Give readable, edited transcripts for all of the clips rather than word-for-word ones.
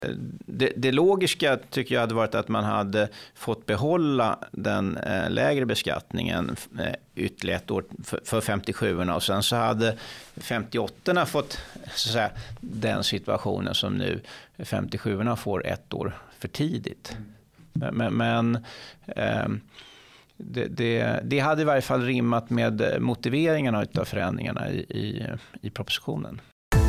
Det logiska tycker jag hade varit att man hade fått behålla den lägre beskattningen ytterligare ett år för 57orna och sen så hade 58orna fått så att säga, den situationen som nu 57orna får ett år för tidigt. Men det hade i varje fall rimmat med motiveringarna utav förändringarna i propositionen.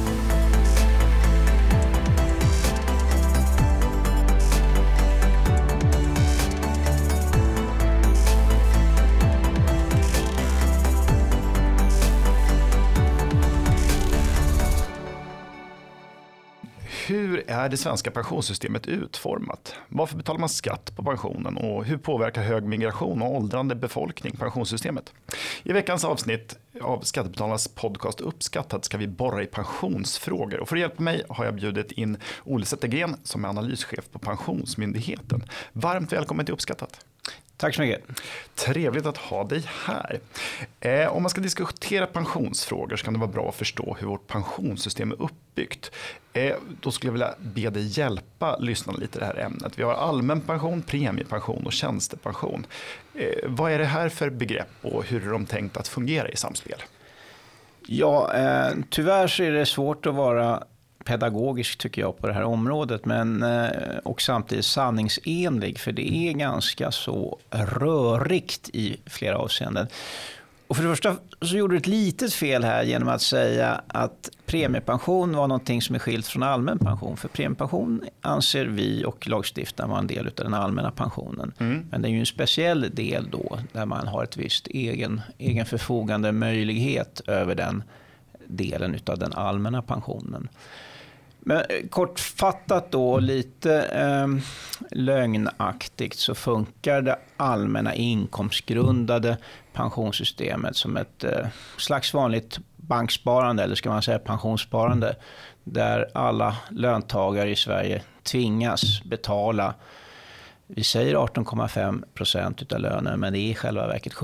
Hur är det svenska pensionssystemet utformat? Varför betalar man skatt på pensionen och hur påverkar hög migration och åldrande befolkning pensionssystemet? I veckans avsnitt av Skattebetalarnas podcast Uppskattat ska vi borra i pensionsfrågor och för att hjälpa mig har jag bjudit in Olle Zettergren som är analyschef på Pensionsmyndigheten. Varmt välkommen till Uppskattat. Tack så mycket. Trevligt att ha dig här. Om man ska diskutera pensionsfrågor så kan det vara bra att förstå hur vårt pensionssystem är uppbyggt. Då skulle jag vilja be dig hjälpa lyssnarna lite i det här ämnet. Vi har allmän pension, premiepension och tjänstepension. Vad är det här för begrepp och hur är de tänkt att fungera i samspel? Ja, tyvärr så är det svårt att vara pedagogisk tycker jag på det här området men och samtidigt sanningsenlig för det är ganska så rörigt i flera avseenden. Och för det första så gjorde du ett litet fel här genom att säga att premiepension var någonting som är skilt från allmän pension. För premiepension anser vi och lagstiftaren var en del av den allmänna pensionen. Men det är ju en speciell del då där man har ett visst egen förfogande möjlighet över den delen av den allmänna pensionen. Men kortfattat då, lite lögnaktigt så funkar det allmänna inkomstgrundade pensionssystemet som ett slags vanligt banksparande eller ska man säga pensionssparande där alla löntagare i Sverige tvingas betala, vi säger 18,5% av lönen men det är i själva verket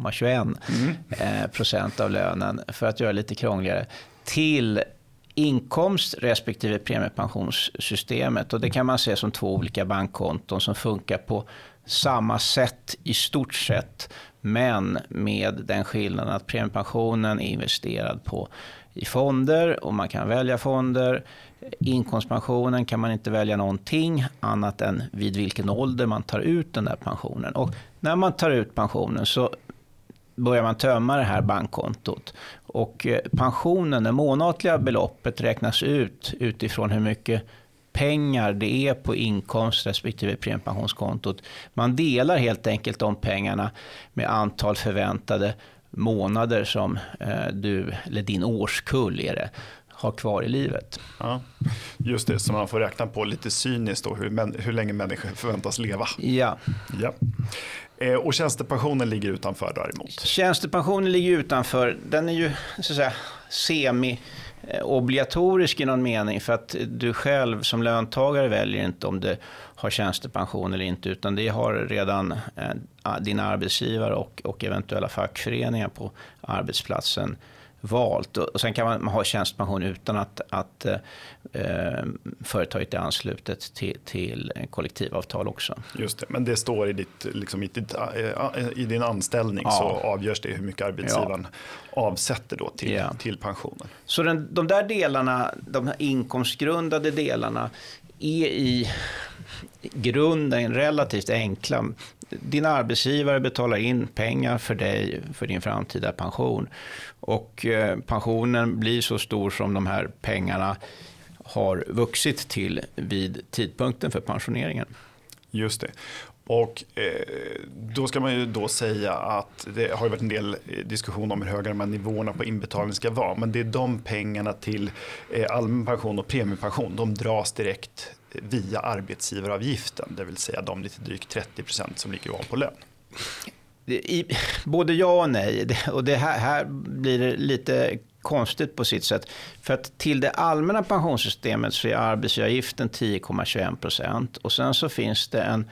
17,21% av lönen för att göra det lite krångligare till inkomst respektive premiepensionssystemet och det kan man se som två olika bankkonton som funkar på samma sätt i stort sett men med den skillnaden att premiepensionen är investerad i fonder och man kan välja fonder. Inkomstpensionen kan man inte välja någonting annat än vid vilken ålder man tar ut den där pensionen och när man tar ut pensionen så börjar man tömma det här bankkontot och pensionen, det månatliga beloppet räknas ut utifrån hur mycket pengar det är på inkomst respektive premiepensionskontot. Man delar helt enkelt de pengarna med antal förväntade månader som du eller din årskull är det, har kvar i livet. Ja, just det, så man får räkna på lite cyniskt då, hur länge människor förväntas leva. Ja. Och tjänstepensionen ligger utanför däremot? Tjänstepensionen ligger utanför. Den är ju så att säga semi-obligatorisk i någon mening för att du själv som löntagare väljer inte om du har tjänstepension eller inte utan det har redan dina arbetsgivare och eventuella fackföreningar på arbetsplatsen valt. Och sen kan man ha tjänstepension utan att företaget är anslutet till kollektivavtal också. Just det, men det står i i din anställning så avgörs det hur mycket arbetsgivaren avsätter då till pensionen. Så de där delarna, de här inkomstgrundade delarna är i grunden relativt enkla. Din arbetsgivare betalar in pengar för dig för din framtida pension och pensionen blir så stor som de här pengarna har vuxit till vid tidpunkten för pensioneringen. Just det. Och då ska man ju då säga att det har ju varit en del diskussion om hur höga de här nivåerna på inbetalning ska vara. Men det är de pengarna till allmän pension och premiepension, de dras direkt via arbetsgivaravgiften. Det vill säga de lite drygt 30% som ligger av på lön. Både ja och nej. Och det här blir det lite konstigt på sitt sätt. För att till det allmänna pensionssystemet så är arbetsgivaravgiften 10,21%. Och sen så finns det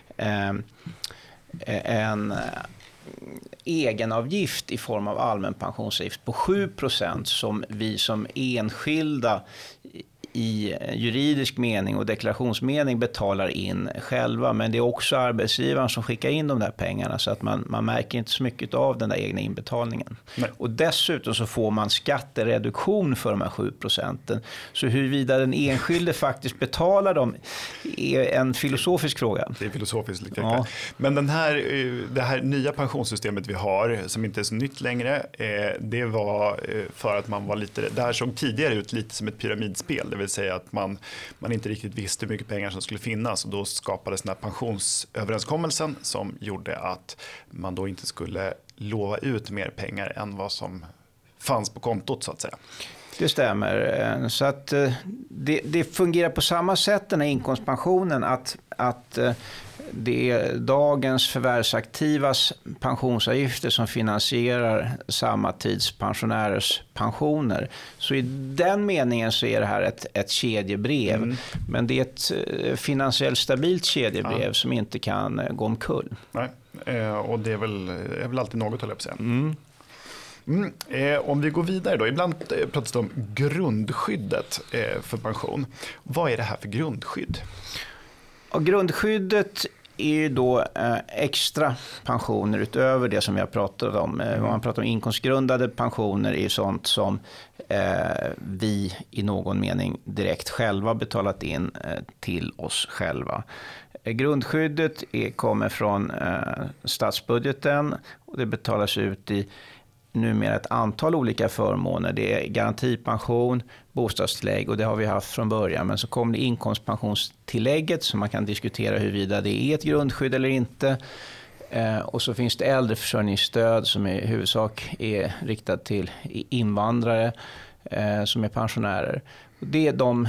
en egenavgift i form av allmän pensionsavgift på 7% som vi som enskilda i juridisk mening och deklarationsmening betalar in själva, men det är också arbetsgivaren som skickar in de där pengarna, så att man märker inte så mycket av den där egna inbetalningen. Nej. Och dessutom så får man skattereduktion för de här 7%. Så huruvida den enskilde faktiskt betalar dem är en filosofisk fråga. Det är filosofiskt. Ja. Men det här nya pensionssystemet vi har, som inte är så nytt längre, det var för att man var lite, det här såg tidigare ut lite som ett pyramidspel, det vill säga att man inte riktigt visste hur mycket pengar som skulle finnas, och då skapades den här pensionsöverenskommelsen som gjorde att man då inte skulle lova ut mer pengar än vad som fanns på kontot, så att säga. Det stämmer. Så att det fungerar på samma sätt, den här inkomstpensionen, att det är dagens förvärvsaktivas pensionsavgifter som finansierar samma tids pensionärers pensioner. Så i den meningen så är det här ett kedjebrev. Men det är ett finansiellt stabilt kedjebrev som inte kan gå omkull. Nej, och det är väl alltid något, höll jag på att säga. Om vi går vidare då, ibland pratas det om grundskyddet för pension. Vad är det här för grundskydd? Och grundskyddet är ju då extra pensioner utöver det som vi har pratat om. Om man pratar om inkomstgrundade pensioner är sånt som vi i någon mening direkt själva betalat in till oss själva. Grundskyddet kommer från statsbudgeten och det betalas ut i numera ett antal olika förmåner. Det är garantipension, bostadstillägg, och det har vi haft från början. Men så kom det inkomstpensionstillägget, som man kan diskutera huruvida det är ett grundskydd eller inte. Och så finns det äldreförsörjningsstöd som i huvudsak är riktat till invandrare som är pensionärer. Det är de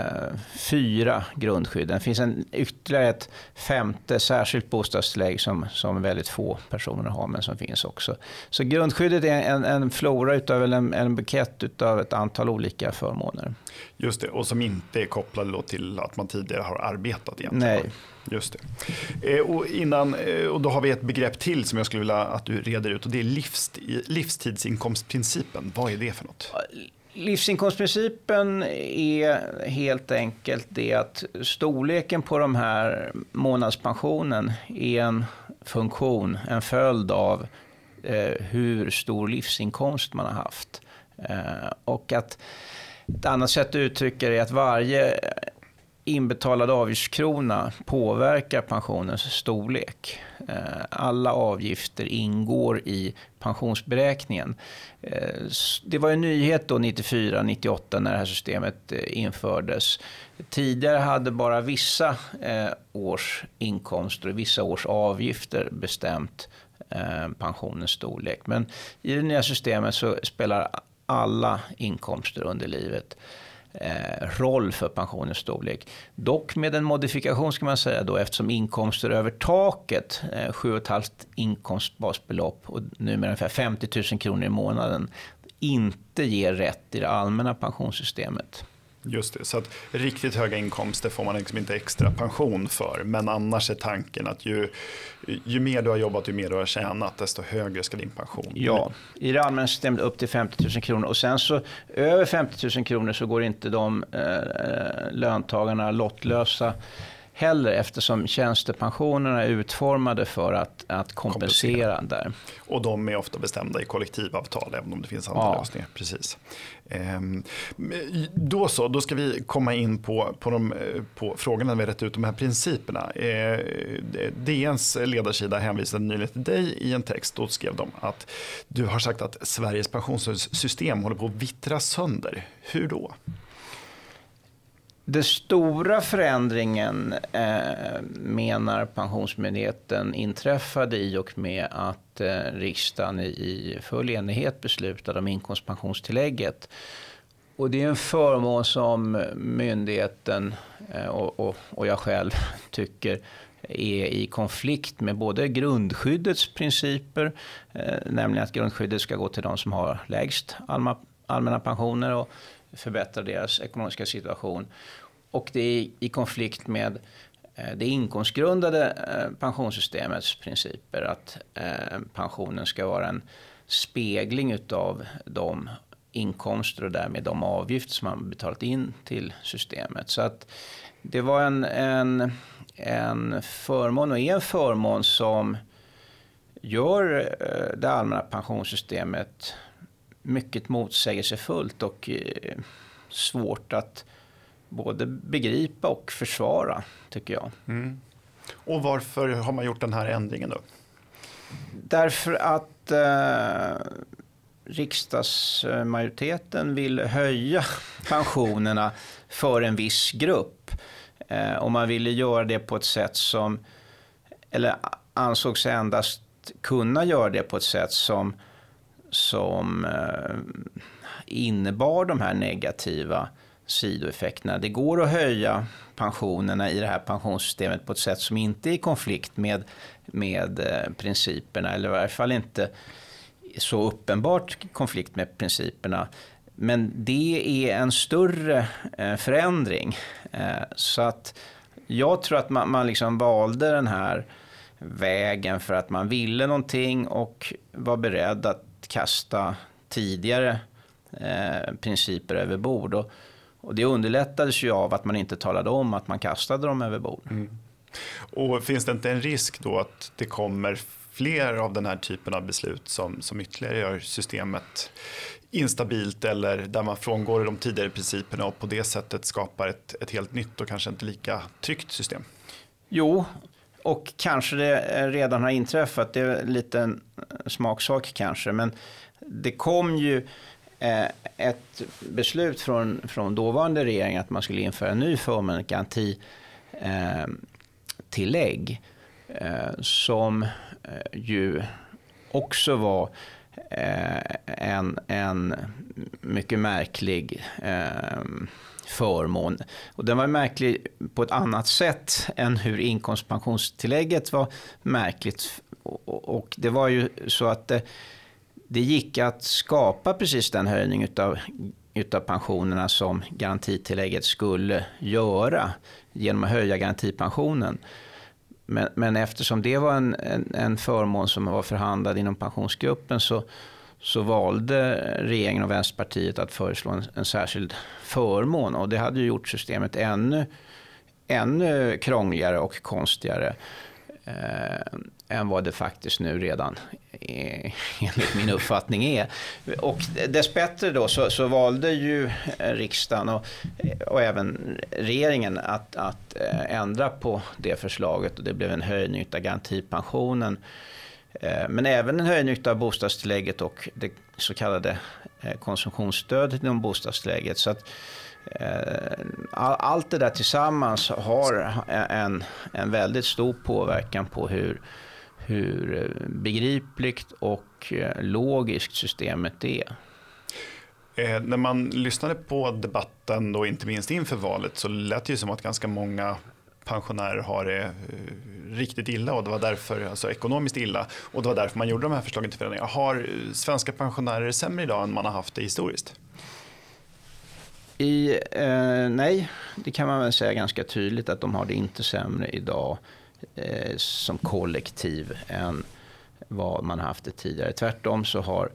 4 grundskydden. Det finns ytterligare ett 5:e särskilt bostadstillägg som väldigt få personer har, men som finns också. Så grundskyddet är en flora utav en bukett utav ett antal olika förmåner. Just det, och som inte är kopplade då till att man tidigare har arbetat egentligen. Nej. Just det. Och då har vi ett begrepp till som jag skulle vilja att du reder ut, och det är livstidsinkomstprincipen. Vad är det för något? Livsinkomstprincipen är helt enkelt det att storleken på de här månadspensionen är en funktion, en följd av hur stor livsinkomst man har haft. Och att ett annat sätt att uttrycka det är att varje inbetalad avgiftskrona påverkar pensionens storlek. Alla avgifter ingår i pensionsberäkningen. Det var en nyhet då 94-98 när det här systemet infördes. Tidigare hade bara vissa års inkomster och vissa års avgifter bestämt pensionens storlek. Men i det nya systemet så spelar alla inkomster under livet roll för pensionens storlek. Dock med en modifikation ska man säga då, eftersom inkomster över taket, 7,5 inkomstbasbelopp och numera ungefär 50 000 kronor i månaden, inte ger rätt i det allmänna pensionssystemet. Just det, så att riktigt höga inkomster får man liksom inte extra pension för, men annars är tanken att ju mer du har jobbat, ju mer du har tjänat, desto högre ska din pension bli. Ja, i det allmänna systemet upp till 50 000 kronor, och sen så över 50 000 kronor så går inte de löntagarna lottlösa heller, eftersom tjänstepensionerna är utformade för att kompensera där. Och de är ofta bestämda i kollektivavtal, även om det finns andra lösningar. Precis. Då ska vi komma in på frågorna när vi har rätt ut de här principerna. DNs ledarsida hänvisade nyligen till dig i en text. Då skrev de att du har sagt att Sveriges pensionssystem håller på att vittra sönder. Hur då? Den stora förändringen menar Pensionsmyndigheten inträffade i och med att riksdagen i full enighet beslutade om inkomstpensionstillägget. Och det är en förmån som myndigheten och jag själv tycker är i konflikt med både grundskyddets principer, nämligen att grundskyddet ska gå till de som har lägst allmänna pensioner och förbättra deras ekonomiska situation. Och det är i konflikt med det inkomstgrundade pensionssystemets principer, att pensionen ska vara en spegling av de inkomster och därmed de avgifter som man betalat in till systemet. Så att det var en förmån och är en förmån som gör det allmänna pensionssystemet mycket motsägelsefullt och svårt att både begripa och försvara, tycker jag. Mm. Och varför har man gjort den här ändringen då? Därför att riksdagsmajoriteten vill höja pensionerna för en viss grupp. Och man ville göra det på ett sätt som, eller ansågs endast kunna göra det på ett sätt som innebar de här negativa sidoeffekterna. Det går att höja pensionerna i det här pensionssystemet på ett sätt som inte är i konflikt med principerna, eller i varje fall inte så uppenbart konflikt med principerna. Men det är en större förändring. Så att jag tror att man liksom valde den här vägen för att man ville någonting och var beredd att kasta tidigare principer över bord. Och det underlättades ju av att man inte talade om att man kastade dem över bord. Mm. Och finns det inte en risk då att det kommer fler av den här typen av beslut som ytterligare gör systemet instabilt, eller där man frångår de tidigare principerna och på det sättet skapar ett helt nytt och kanske inte lika tryggt system? Jo, och kanske det redan har inträffat. Det är lite en smaksak kanske, men det kom ju ett beslut från dåvarande regering att man skulle införa en ny förmån, garantitillägg, som ju också var en mycket märklig förmån. Och den var märklig på ett annat sätt än hur inkomstpensionstillägget var märkligt. Och det var ju så att det gick att skapa precis den höjning utav pensionerna som garantitillägget skulle göra genom att höja garantipensionen. Men eftersom det var en förmån som var förhandlad inom pensionsgruppen så valde regeringen och Vänsterpartiet att föreslå en särskild förmån. Och det hade ju gjort systemet ännu krångligare och konstigare än vad det faktiskt nu redan enligt min uppfattning är. Och dessbättre då så valde ju riksdagen och även regeringen att ändra på det förslaget, och det blev en höjning av garantipensionen. Men även en höjning av bostadstillägget och det så kallade konsumtionsstödet inom bostadstillägget. Så att allt det där tillsammans har en väldigt stor påverkan på hur begripligt och logiskt systemet är. När man lyssnade på debatten då, inte minst inför valet, så lät det ju som att ganska många pensionärer har det riktigt illa, och det var därför, alltså ekonomiskt illa, och det var därför man gjorde de här förslagen till förändringar. Har svenska pensionärer sämre idag än man har haft det historiskt? Nej, det kan man väl säga ganska tydligt att de har det inte sämre idag som kollektiv än vad man haft det tidigare. Tvärtom så har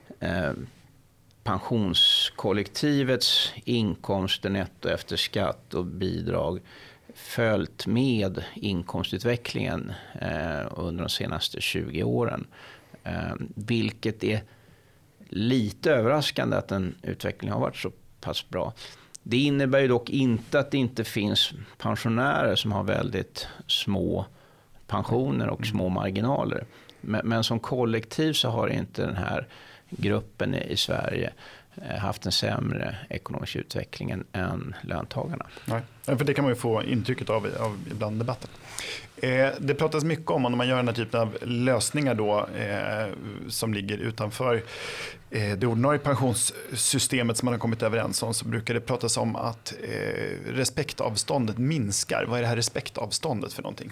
pensionskollektivets inkomster netto efter skatt och bidrag följt med inkomstutvecklingen under de senaste 20 åren. Vilket är lite överraskande att den utvecklingen har varit så pass bra. Det innebär ju dock inte att det inte finns pensionärer som har väldigt små pensioner och små marginaler. Men som kollektiv så har inte den här gruppen i Sverige haft en sämre ekonomisk utveckling än löntagarna. Nej, för det kan man ju få intrycket av ibland debatten. Det pratas mycket om, när man gör den här typen av lösningar då, som ligger utanför det ordinarie pensionssystemet som man har kommit överens om, så brukar det pratas om att respektavståndet minskar. Vad är det här respektavståndet för någonting?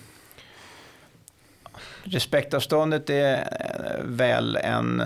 Respektavståndet är väl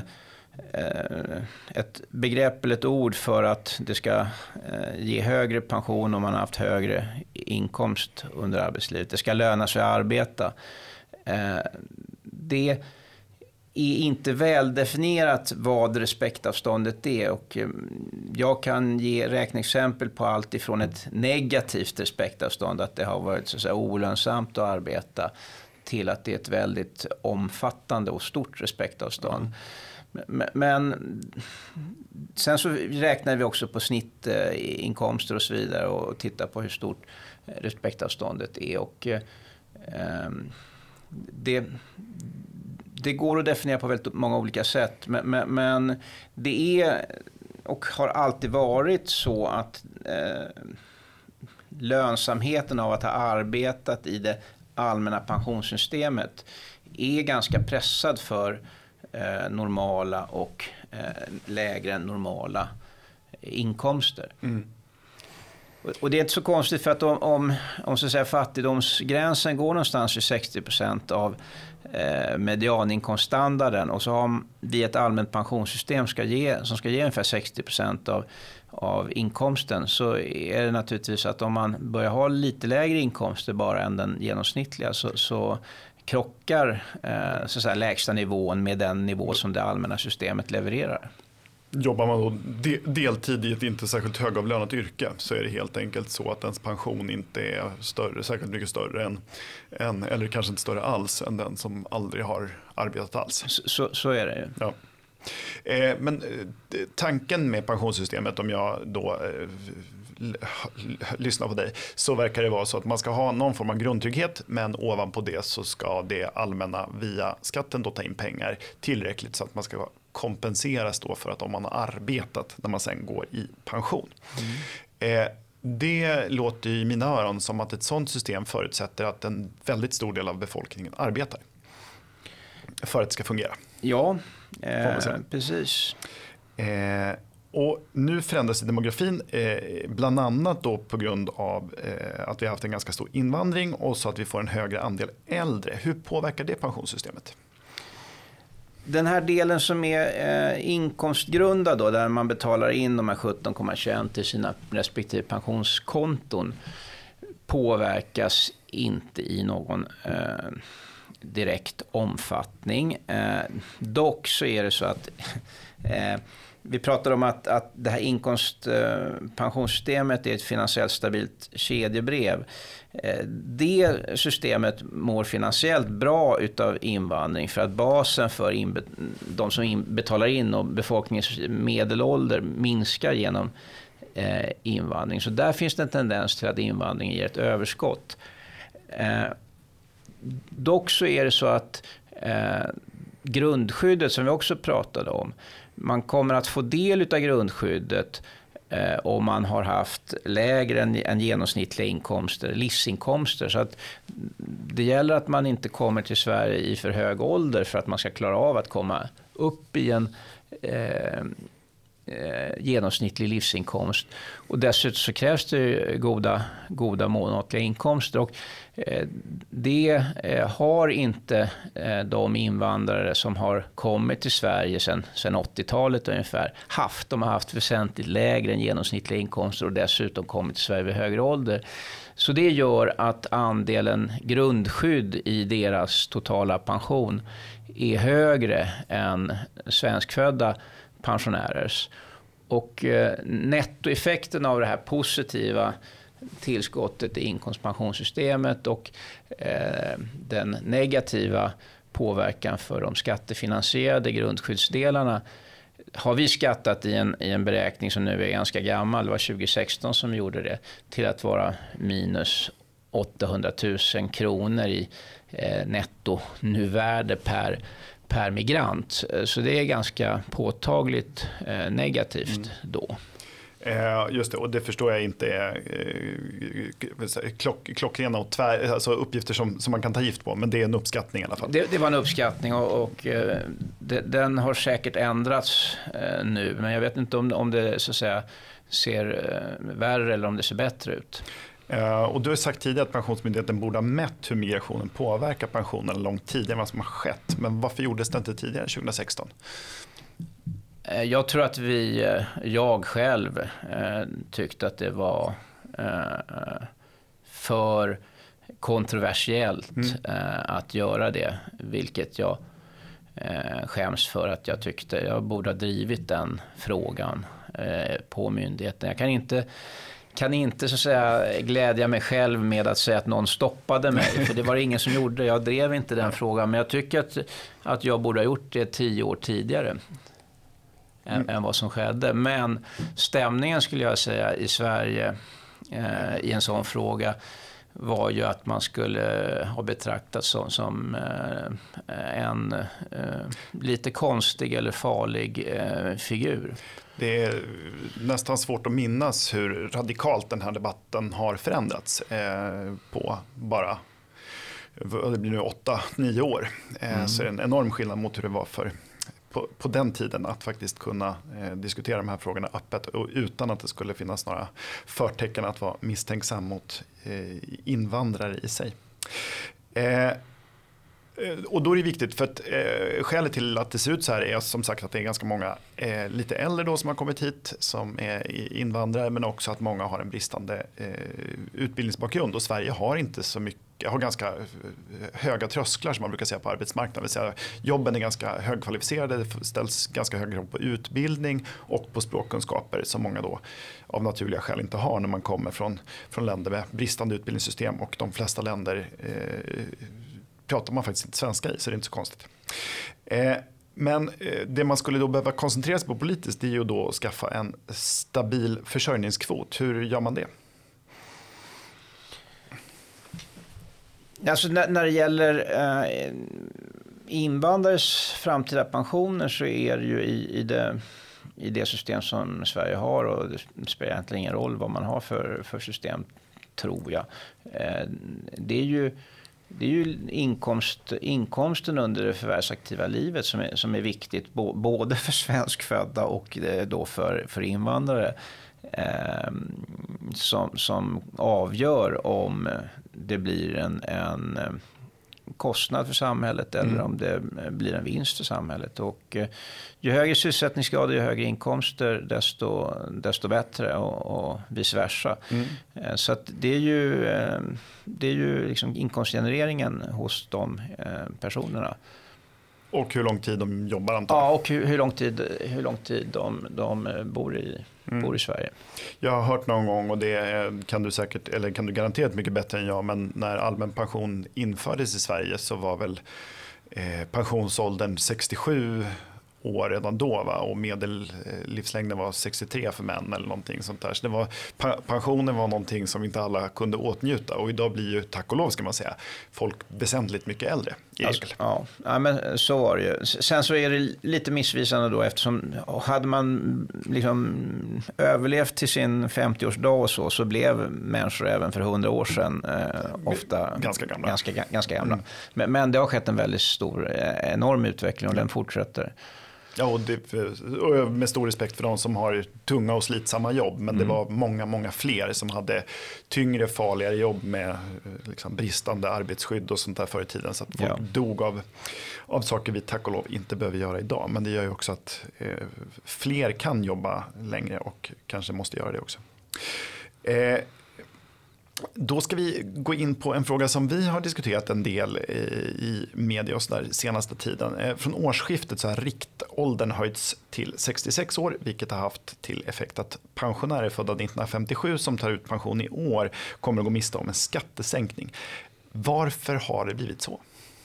ett begrepp eller ett ord för att det ska ge högre pension om man har haft högre inkomst under arbetslivet. Det ska löna sig att arbeta. Det är inte väldefinierat vad respektavståndet är, och jag kan ge räkneexempel på allt ifrån ett negativt respektavstånd, att det har varit så att säga olönsamt att arbeta, till att det är ett väldigt omfattande och stort respektavstånd. Men sen så räknar vi också på snittinkomster och så vidare och tittar på hur stort respektavståndet är, och det går att definiera på väldigt många olika sätt, men det är och har alltid varit så att lönsamheten av att ha arbetat i det allmänna pensionssystemet är ganska pressad för normala och lägre än normala inkomster. Och det är inte så konstigt, för att om så att säga, fattigdomsgränsen går någonstans vid 60% av medianinkomststandarden, och så har vi ett allmänt pensionssystem som ska ge ungefär 60% av inkomsten, så är det naturligtvis att om man börjar ha lite lägre inkomster bara än den genomsnittliga, så krockar så att säga, lägsta nivån med den nivå som det allmänna systemet levererar. Jobbar man då deltid i ett inte särskilt högavlönat yrke, så är det helt enkelt så att ens pension inte är särskilt mycket större än eller kanske inte större alls än den som aldrig har arbetat alls. Så är det ju. Ja. Men tanken med pensionssystemet, om jag då lyssnar på dig, så verkar det vara så att man ska ha någon form av grundtrygghet, men ovanpå det så ska det allmänna via skatten då ta in pengar tillräckligt så att man ska kompenseras då för att om man har arbetat när man sen går i pension. Det låter i mina öron som att ett sådant system förutsätter att en väldigt stor del av befolkningen arbetar för att det ska fungera. Ja, precis. Och nu förändras demografin bland annat då på grund av att vi har haft en ganska stor invandring och så att vi får en högre andel äldre. Hur påverkar det pensionssystemet? Den här delen som är inkomstgrundad då, där man betalar in de här 17,21 till sina respektive pensionskonton, påverkas inte i någon direkt omfattning. Dock så är det så att vi pratar om att det här inkomstpensionssystemet är ett finansiellt stabilt kedjebrev. Det systemet mår finansiellt bra utav invandring, för att basen för de som betalar in och befolkningens medelålder minskar genom invandring. Så där finns det en tendens till att invandring ger ett överskott. Dock så är det så att grundskyddet som vi också pratade om, man kommer att få del av grundskyddet om man har haft lägre än genomsnittliga inkomster, livsinkomster. Så att det gäller att man inte kommer till Sverige i för hög ålder för att man ska klara av att komma upp i en genomsnittlig livsinkomst. Och dessutom så krävs det goda månatliga inkomster, och det har inte de invandrare som har kommit till Sverige sedan 80-talet ungefär haft. De har haft väsentligt lägre än genomsnittliga inkomster och dessutom kommit till Sverige vid högre ålder. Så det gör att andelen grundskydd i deras totala pension är högre än svenskfödda pensionärers. Och nettoeffekten av det här positiva tillskottet i inkomstpensionssystemet och den negativa påverkan för de skattefinansierade grundskyddsdelarna har vi skattat i en beräkning som nu är ganska gammal, det var 2016 som gjorde det, till att vara minus 800 000 kronor i netto nuvärde per migrant. Så det är ganska påtagligt negativt då. Just det, och det förstår jag inte är klockrena och alltså uppgifter som man kan ta gift på, men det är en uppskattning i alla fall. Det var en uppskattning och den har säkert ändrats nu, men jag vet inte om det så att säga ser värre eller om det ser bättre ut. Och du har sagt tidigare att Pensionsmyndigheten borde ha mätt hur migrationen påverkar pensionen långt tidigare än vad som har skett. Men varför gjordes det inte tidigare 2016? Jag tror att jag själv tyckte att det var för kontroversiellt att göra det, vilket jag skäms för att jag tyckte jag borde ha drivit den frågan på myndigheten. Jag kan inte så att säga glädja mig själv med att säga att någon stoppade mig, för det var ingen som gjorde. Jag drev inte den frågan, men jag tycker att jag borde ha gjort det 10 år tidigare än vad som skedde. Men stämningen skulle jag säga i Sverige i en sån fråga var ju att man skulle ha betraktats som en lite konstig eller farlig figur. Det är nästan svårt att minnas hur radikalt den här debatten har förändrats på bara det blir nu 8-9 år. Så är det en enorm skillnad mot hur det var på den tiden att faktiskt kunna diskutera de här frågorna öppet och utan att det skulle finnas några förtecken att vara misstänksam mot invandrare i sig. Och då är det viktigt för att skälet till att det ser ut så här är som sagt att det är ganska många lite äldre då som har kommit hit som är invandrare, men också att många har en bristande utbildningsbakgrund, och Sverige har inte så mycket, har ganska höga trösklar som man brukar säga på arbetsmarknaden. Det vill säga, jobben är ganska högkvalificerade, det ställs ganska höga krav på utbildning och på språkkunskaper som många då av naturliga skäl inte har när man kommer från länder med bristande utbildningssystem, och de flesta länder pratar man faktiskt inte svenska i, så det är inte så konstigt. Men det man skulle då behöva koncentrera sig på politiskt, det är ju då att skaffa en stabil försörjningskvot. Hur gör man det? Alltså när det gäller invandrares framtida pensioner så är det ju i det system som Sverige har, och det spelar egentligen ingen roll vad man har för system, tror jag. Det är ju inkomsten under det förvärvsaktiva livet som är viktigt både för svenskfödda och då för invandrare, som avgör om det blir en kostnad för samhället eller om det blir en vinst för samhället. Och ju högre sysselsättningsgrad och ju högre inkomster desto bättre, och vice versa. Så att det är ju liksom inkomstgenereringen hos de personerna. Och hur lång tid de jobbar antagligen. Ja, och hur lång tid de bor i Sverige. Jag har hört någon gång, och det kan du säkert, eller kan du garanterat mycket bättre än jag, men när allmän pension infördes i Sverige så var väl pensionsåldern 67 år redan då, va? Och medellivslängden var 63 för män eller någonting sånt där. Så pensionen var någonting som inte alla kunde åtnjuta, och idag blir ju, tack och lov ska man säga, folk väsentligt mycket äldre i regel. Ja, men så var det ju. Sen så är det lite missvisande då, eftersom hade man liksom överlevt till sin 50-årsdag och så blev människor även för 100 år sedan ofta ganska gamla. Men det har skett en väldigt stor, enorm utveckling, och den fortsätter. Ja, och med stor respekt för de som har tunga och slitsamma jobb, men det var många fler som hade tyngre, farligare jobb med liksom bristande arbetsskydd och sånt där förr i tiden, så att folk dog av saker vi tack och lov inte behöver göra idag. Men det gör ju också att fler kan jobba längre och kanske måste göra det också. Då ska vi gå in på en fråga som vi har diskuterat en del i media och så där senaste tiden. Från årsskiftet så har riktåldern höjts till 66 år, vilket har haft till effekt att pensionärer födda 1957 som tar ut pension i år kommer att gå miste om en skattesänkning. Varför har det blivit så?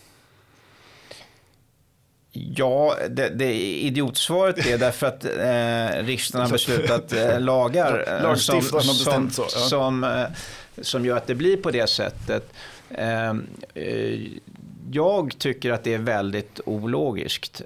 Ja, det idiotsvaret är därför att riksdagen har beslutat lagar som gör att det blir på det sättet. Jag tycker att det är väldigt ologiskt,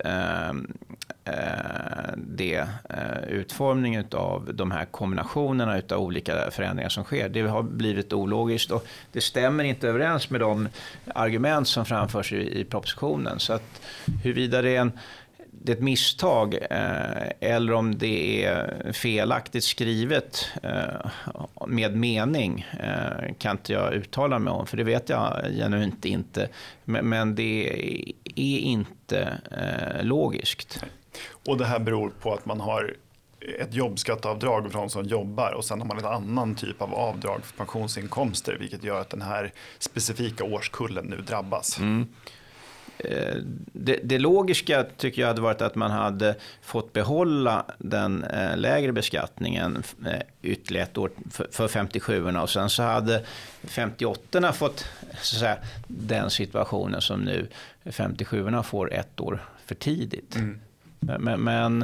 utformningen av de här kombinationerna av olika förändringar som sker. Det har blivit ologiskt, och det stämmer inte överens med de argument som framförs i propositionen. Så att huruvida det är ett misstag eller om det är felaktigt skrivet med mening kan inte jag uttala mig om, för det vet jag genuint inte. Men det är inte logiskt. Och det här beror på att man har ett jobbskatteavdrag för de som jobbar, och sen har man en annan typ av avdrag för pensionsinkomster, vilket gör att den här specifika årskullen nu drabbas. det logiska tycker jag hade varit att man hade fått behålla den lägre beskattningen ytterligare ett år för 57orna och sen så hade 58orna fått så att säga, den situationen som nu 57orna får ett år för tidigt. Men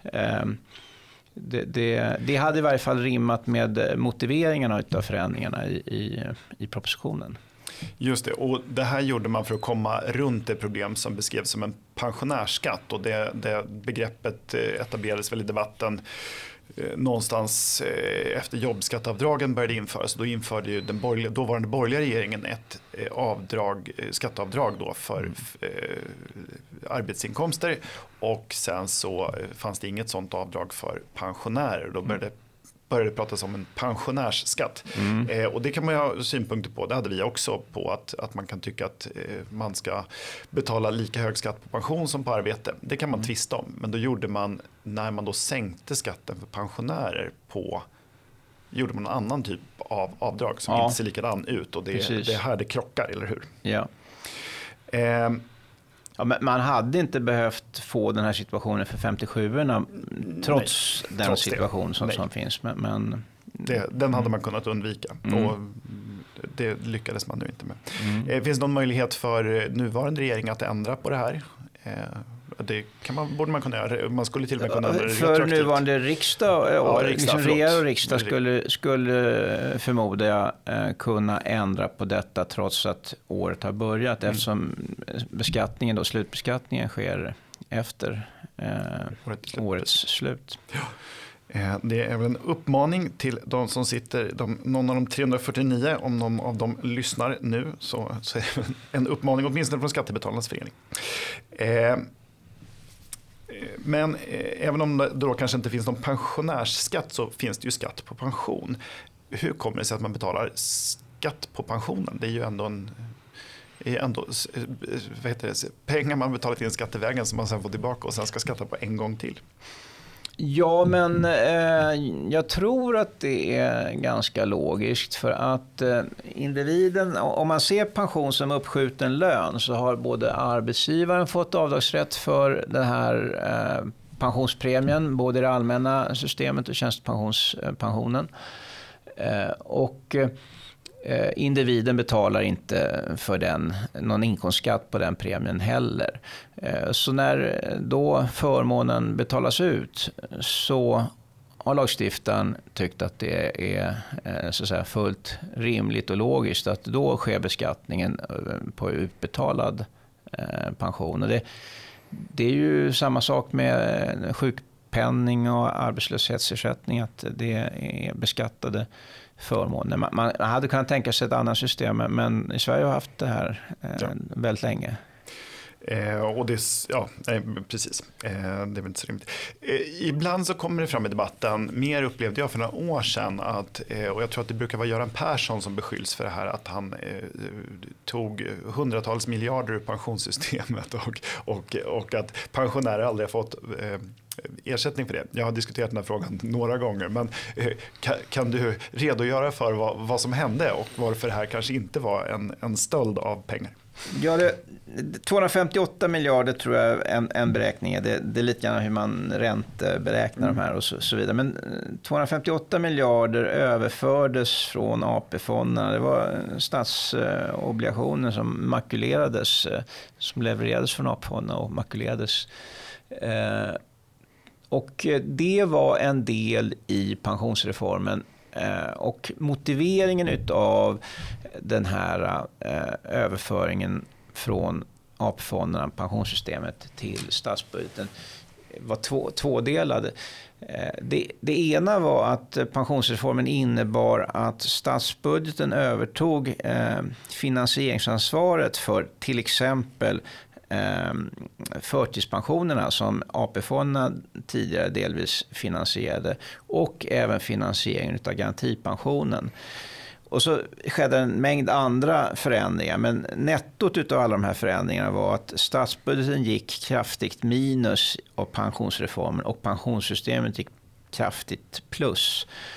det hade i varje fall rimmat med motiveringarna av förändringarna i propositionen. Just det, och det här gjorde man för att komma runt det problem som beskrevs som en pensionärsskatt, och det begreppet etablerades väl i debatten någonstans efter jobbskatteavdragen började införas. Då införde ju den dåvarande borgerliga regeringen ett skatteavdrag då för arbetsinkomster, och sen så fanns det inget sånt avdrag för pensionärer. Då började pratas om en pensionärsskatt. Och det kan man ju ha synpunkter på. Det hade vi också på att man kan tycka att man ska betala lika hög skatt på pension som på arbete. Det kan man tvista om. Men då gjorde man, när man då sänkte skatten för pensionärer gjorde man en annan typ av avdrag som inte ser likadan ut. Och det är här det krockar, eller hur? Ja. Ja, men man hade inte behövt få den här situationen för 57orna trots den situation som finns. Men den hade man kunnat undvika och det lyckades man nu inte med. Finns det någon möjlighet för nuvarande regering att ändra på det här? Det borde man kunna göra. Man skulle till och med kunna ändra det för nuvarande riksdag, regering och riksdag skulle förmodar jag kunna ändra på detta trots att året har börjat, eftersom beskattningen då, slutbeskattningen sker efter årets slut. Ja. Det är väl en uppmaning till de som sitter, någon av de 349, om någon av dem lyssnar nu, så är det en uppmaning åtminstone från Skattebetalarnas förening. Men även om det då kanske inte finns någon pensionärsskatt, så finns det ju skatt på pension. Hur kommer det sig att man betalar skatt på pensionen? Det är ju ändå pengar man betalat in skattevägen som man sen får tillbaka och sen ska skatta på en gång till. Ja, men jag tror att det är ganska logiskt, för att individen, om man ser pension som uppskjuten lön, så har både arbetsgivaren fått avdragsrätt för den här pensionspremien, både i det allmänna systemet och tjänstepensionen. Och individen betalar inte för någon inkomstskatt på den premien heller. Så när då förmånen betalas ut, så har lagstiftaren tyckt att det är så att säga fullt rimligt och logiskt att då sker beskattningen på utbetalad pension. Och det är ju samma sak med sjukpenning och arbetslöshetsersättning, att det är beskattade förmåner. Man hade kunnat tänka sig ett annat system, men i Sverige har haft det här väldigt länge. Och precis. Det är väl inte så rimligt. Ibland så kommer det fram i debatten, mer upplevde jag för några år sedan, och jag tror att det brukar vara Göran Persson som beskylls för det här, att han tog hundratals miljarder ur pensionssystemet och att pensionärer aldrig har fått ersättning för det. Jag har diskuterat den här frågan några gånger, men kan du redogöra för vad som hände och varför det här kanske inte var en stöld av pengar? Ja, 258 miljarder tror jag en beräkning är. Det är lite grann hur man ränteberäknar de här och så vidare. Men 258 miljarder överfördes från AP-fonderna. Det var statsobligationer som makulerades, som levererades från AP-fonderna och makulerades. Och det var en del i pensionsreformen. Och motiveringen utav den här överföringen från AP-fonderna, pensionssystemet, till statsbudgeten var tvådelade. Det ena var att pensionsreformen innebar att statsbudgeten övertog finansieringsansvaret för till exempel förtidspensionerna som AP-fonderna tidigare delvis finansierade, och även finansieringen av garantipensionen. Och så skedde en mängd andra förändringar, men nettot av alla de här förändringarna var att statsbudgeten gick kraftigt minus av pensionsreformen och pensionssystemet gick kraftigt plus.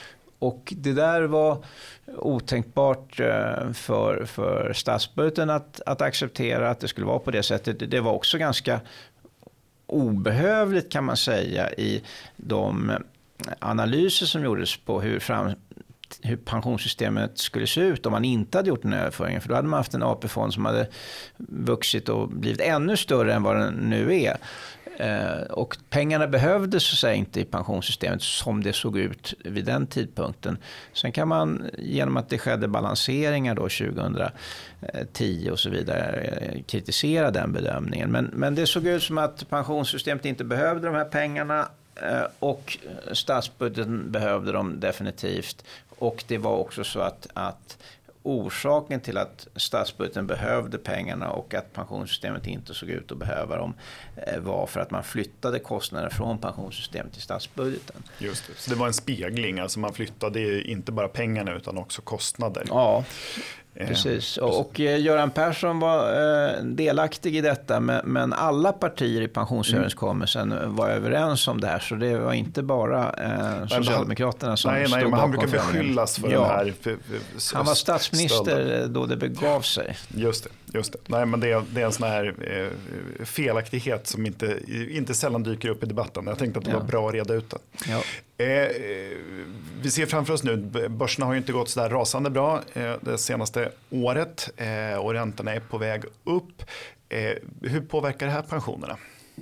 Och det där var otänkbart för statsbudgeten att acceptera att det skulle vara på det sättet. Det var också ganska obehövligt kan man säga i de analyser som gjordes på hur pensionssystemet skulle se ut om man inte hade gjort den överföringen. För då hade man haft en AP-fond som hade vuxit och blivit ännu större än vad den nu är. Och pengarna behövdes så att säga inte i pensionssystemet som det såg ut vid den tidpunkten. Sen kan man genom att det skedde balanseringar då 2010 och så vidare kritisera den bedömningen. Men det såg ut som att pensionssystemet inte behövde de här pengarna och statsbudgeten behövde dem definitivt. Och det var också så att orsaken till att statsbudgeten behövde pengarna och att pensionssystemet inte såg ut att behöva dem var för att man flyttade kostnader från pensionssystemet till statsbudgeten. Just det. Så det var en spegling, alltså man flyttade inte bara pengarna utan också kostnader. Ja, precis. Och Göran Persson var delaktig i detta, men alla partier i pensionsöverenskommelsen var överens om det här, så det var inte bara Socialdemokraterna som stod bakom. Men han brukar beskyllas för den här. Han var statsminister då det begav sig. Just det. Nej, men det är en sån här felaktighet som inte sällan dyker upp i debatten. Jag tänkte att det var bra att reda ut det. Ja. Vi ser framför oss nu, börserna har ju inte gått så där rasande bra det senaste året och räntorna är på väg upp. Hur påverkar det här pensionerna?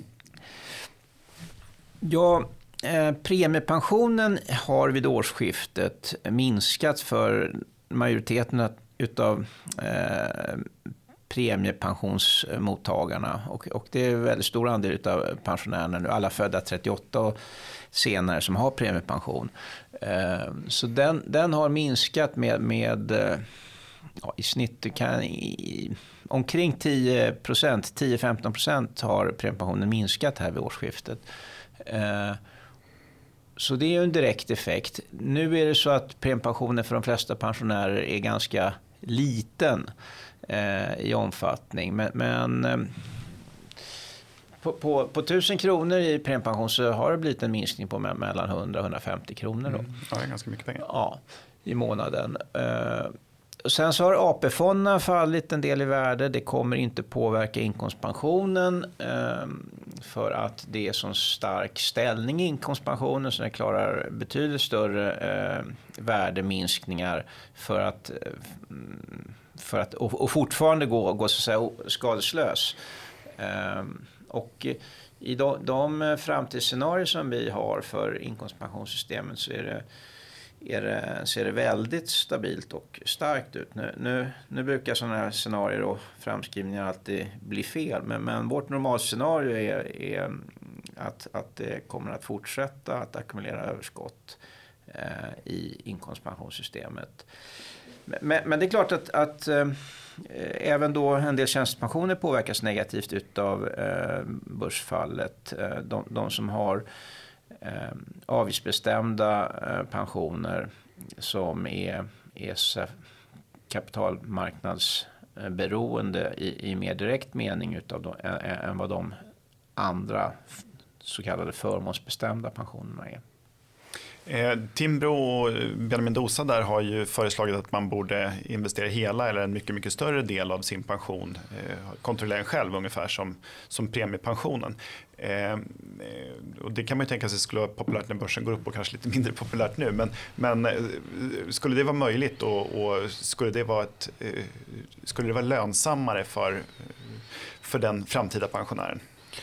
Ja, premiepensionen har vid årsskiftet minskat för majoriteten utav premiepensionsmottagarna och det är en väldigt stor andel av pensionärerna nu, alla födda 38 och senare som har premiepension. Så den har minskat med i snitt omkring 10-15% har premiepensionen minskat här vid årsskiftet. Så det är en direkt effekt. Nu är det så att premiepensionen för de flesta pensionärer är ganska liten i omfattning. Men på 1000 kronor i premiepension så har det blivit en minskning på mellan 100 och 150 kronor. Då. Ja, det är ganska mycket pengar. Ja, i månaden. Sen så har AP-fonderna fallit en del i värde. Det kommer inte påverka inkomstpensionen för att det är så stark ställning i inkomstpensionen så den klarar betydligt större värdeminskningar för att och fortfarande gå så att säga skadeslös. Och i de framtidsscenarier som vi har för inkomstpensionssystemet så ser det väldigt stabilt och starkt ut. Nu brukar sådana här scenarier och framskrivningar alltid bli fel. Men vårt normalscenario är att det kommer att fortsätta att ackumulera överskott i inkomstpensionssystemet. Men det är klart att även då en del tjänstepensioner påverkas negativt utav börsfallet. De som har avgiftsbestämda pensioner som är kapitalmarknadsberoende i mer direkt mening än vad de andra så kallade förmånsbestämda pensionerna är. Timbro och Benjamin Dosa där har ju föreslagit att man borde investera hela eller en mycket, mycket större del av sin pension, kontrollera den själv ungefär som premiepensionen. Och det kan man ju tänka sig skulle vara populärt när börsen går upp och kanske lite mindre populärt nu. Men skulle det vara möjligt och skulle det vara lönsammare för den framtida pensionären?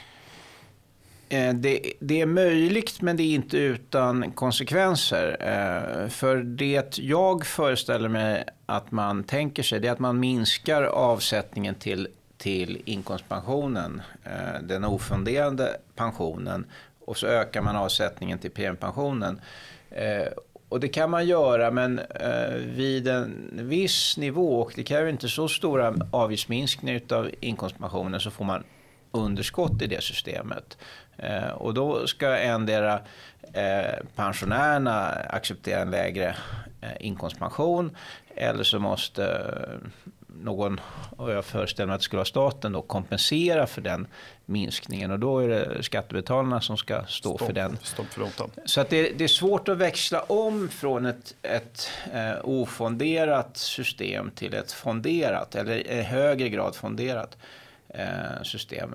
Det är möjligt men det är inte utan konsekvenser. För det jag föreställer mig att man tänker sig det är att man minskar avsättningen till inkomstpensionen, den ofonderade pensionen, och så ökar man avsättningen till premiepensionen. Och det kan man göra men vid en viss nivå, och det kräver inte så stora avgiftsminskningar av inkomstpensionen, så får man underskott i det systemet. Och då ska endera pensionärerna acceptera en lägre inkomstpension eller så måste och jag föreställer mig att det skulle vara staten då, kompensera för den minskningen, och då är det skattebetalarna som ska stå för den. Så att det är svårt att växla om från ett ofonderat system till ett fonderat, eller i högre grad fonderat system.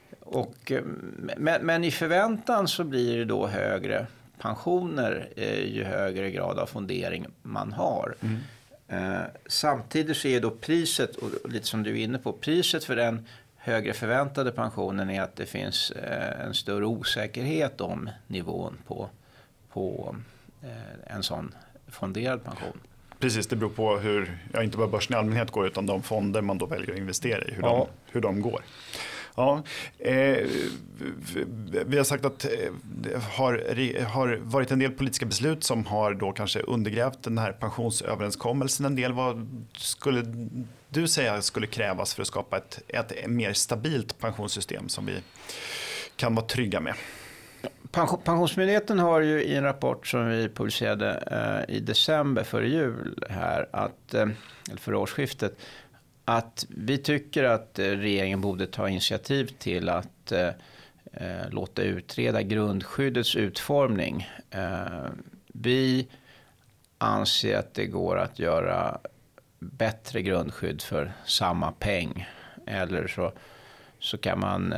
Men i förväntan så blir det då högre pensioner ju högre grad av fondering man har. Samtidigt så är då priset, och lite som du är inne på, priset för den högre förväntade pensionen är att det finns en större osäkerhet om nivån på en sån fonderad pension. Precis, det beror på hur, inte bara börsen i allmänhet går, utan de fonder man då väljer att investera i, hur de går. Ja, vi har sagt att det har varit en del politiska beslut som har då kanske undergrävt den här pensionsöverenskommelsen en del. Vad skulle du säga skulle krävas för att skapa ett mer stabilt pensionssystem som vi kan vara trygga med? Pensionsmyndigheten har ju i en rapport som vi publicerade i december före jul här, eller för årsskiftet, att vi tycker att regeringen borde ta initiativ till att låta utreda grundskyddets utformning. Vi anser att det går att göra bättre grundskydd för samma peng. Eller så kan man...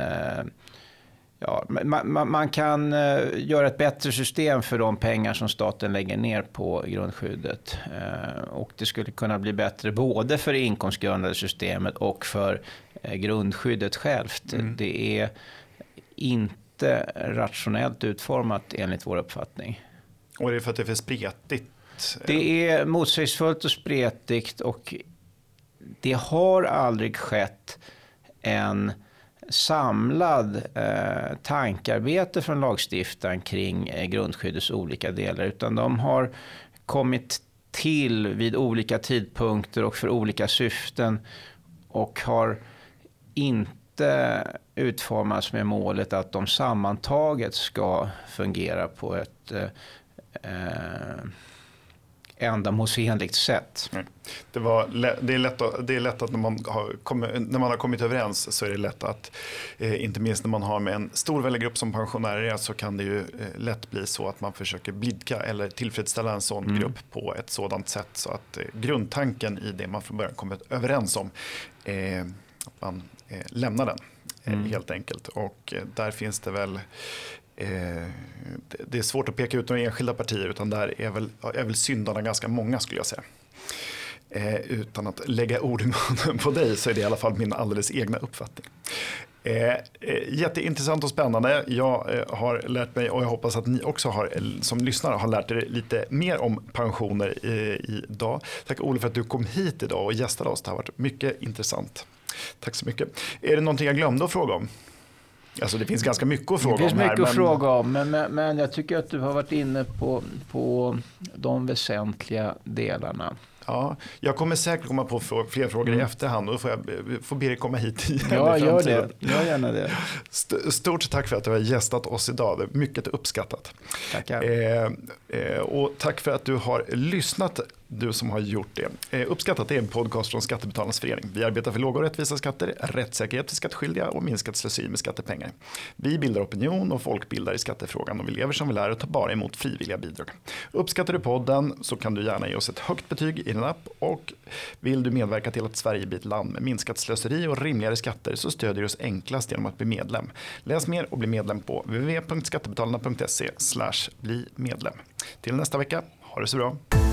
man kan göra ett bättre system för de pengar som staten lägger ner på grundskyddet. Och det skulle kunna bli bättre både för det inkomstgrundade systemet och för grundskyddet självt. Det är inte rationellt utformat enligt vår uppfattning. Och det är för att det är för spretigt? Det är motsägelsefullt och spretigt, och det har aldrig skett en samlad tankarbete från lagstiftaren kring grundskyddets olika delar, utan de har kommit till vid olika tidpunkter och för olika syften, och har inte utformats med målet att de sammantaget ska fungera på ett ändamålsenligt sätt. Det är lätt att när man har kommit överens så är det lätt att inte minst när man har med en stor väljargrupp som pensionärer, så kan det ju lätt bli så att man försöker blidka eller tillfredsställa en sån grupp på ett sådant sätt så att grundtanken i det man från början kommit överens om, att man lämnar den helt enkelt. Och där finns det väl det är svårt att peka ut några enskilda partier, utan där är väl syndarna ganska många, skulle jag säga. Utan att lägga ord i munnen på dig, så är det i alla fall min alldeles egna uppfattning. Jätteintressant och spännande. Jag har lärt mig, och jag hoppas att ni också som lyssnare har lärt er lite mer om pensioner idag. Tack Olle för att du kom hit idag och gästade oss. Det har varit mycket intressant. Tack så mycket. Är det någonting jag glömde att fråga om? Alltså det finns ganska mycket att fråga om här. Det finns mycket att fråga om, men jag tycker att du har varit inne på de väsentliga delarna. Ja, jag kommer säkert komma på fler frågor i efterhand, och då får be dig komma hit igen. Ja, gör det. Gör gärna det. Stort tack för att du har gästat oss idag. Det är mycket uppskattat. Tackar. Och tack för att du har lyssnat, du som har gjort det. Uppskattat är en podcast från Skattebetalarnas förening. Vi arbetar för låga och rättvisa skatter, rättssäkerhet för skattskyldiga och minskat slöseri med skattepengar. Vi bildar opinion och folkbildar i skattefrågan, och vi lever som vi lär och tar bara emot frivilliga bidrag. Uppskattar du podden så kan du gärna ge oss ett högt betyg i din app, och vill du medverka till att Sverige blir ett land med minskat slöseri och rimligare skatter, så stödjer du oss enklast genom att bli medlem. Läs mer och bli medlem på www.skattebetalarna.se/bli medlem. Till nästa vecka, ha det så bra.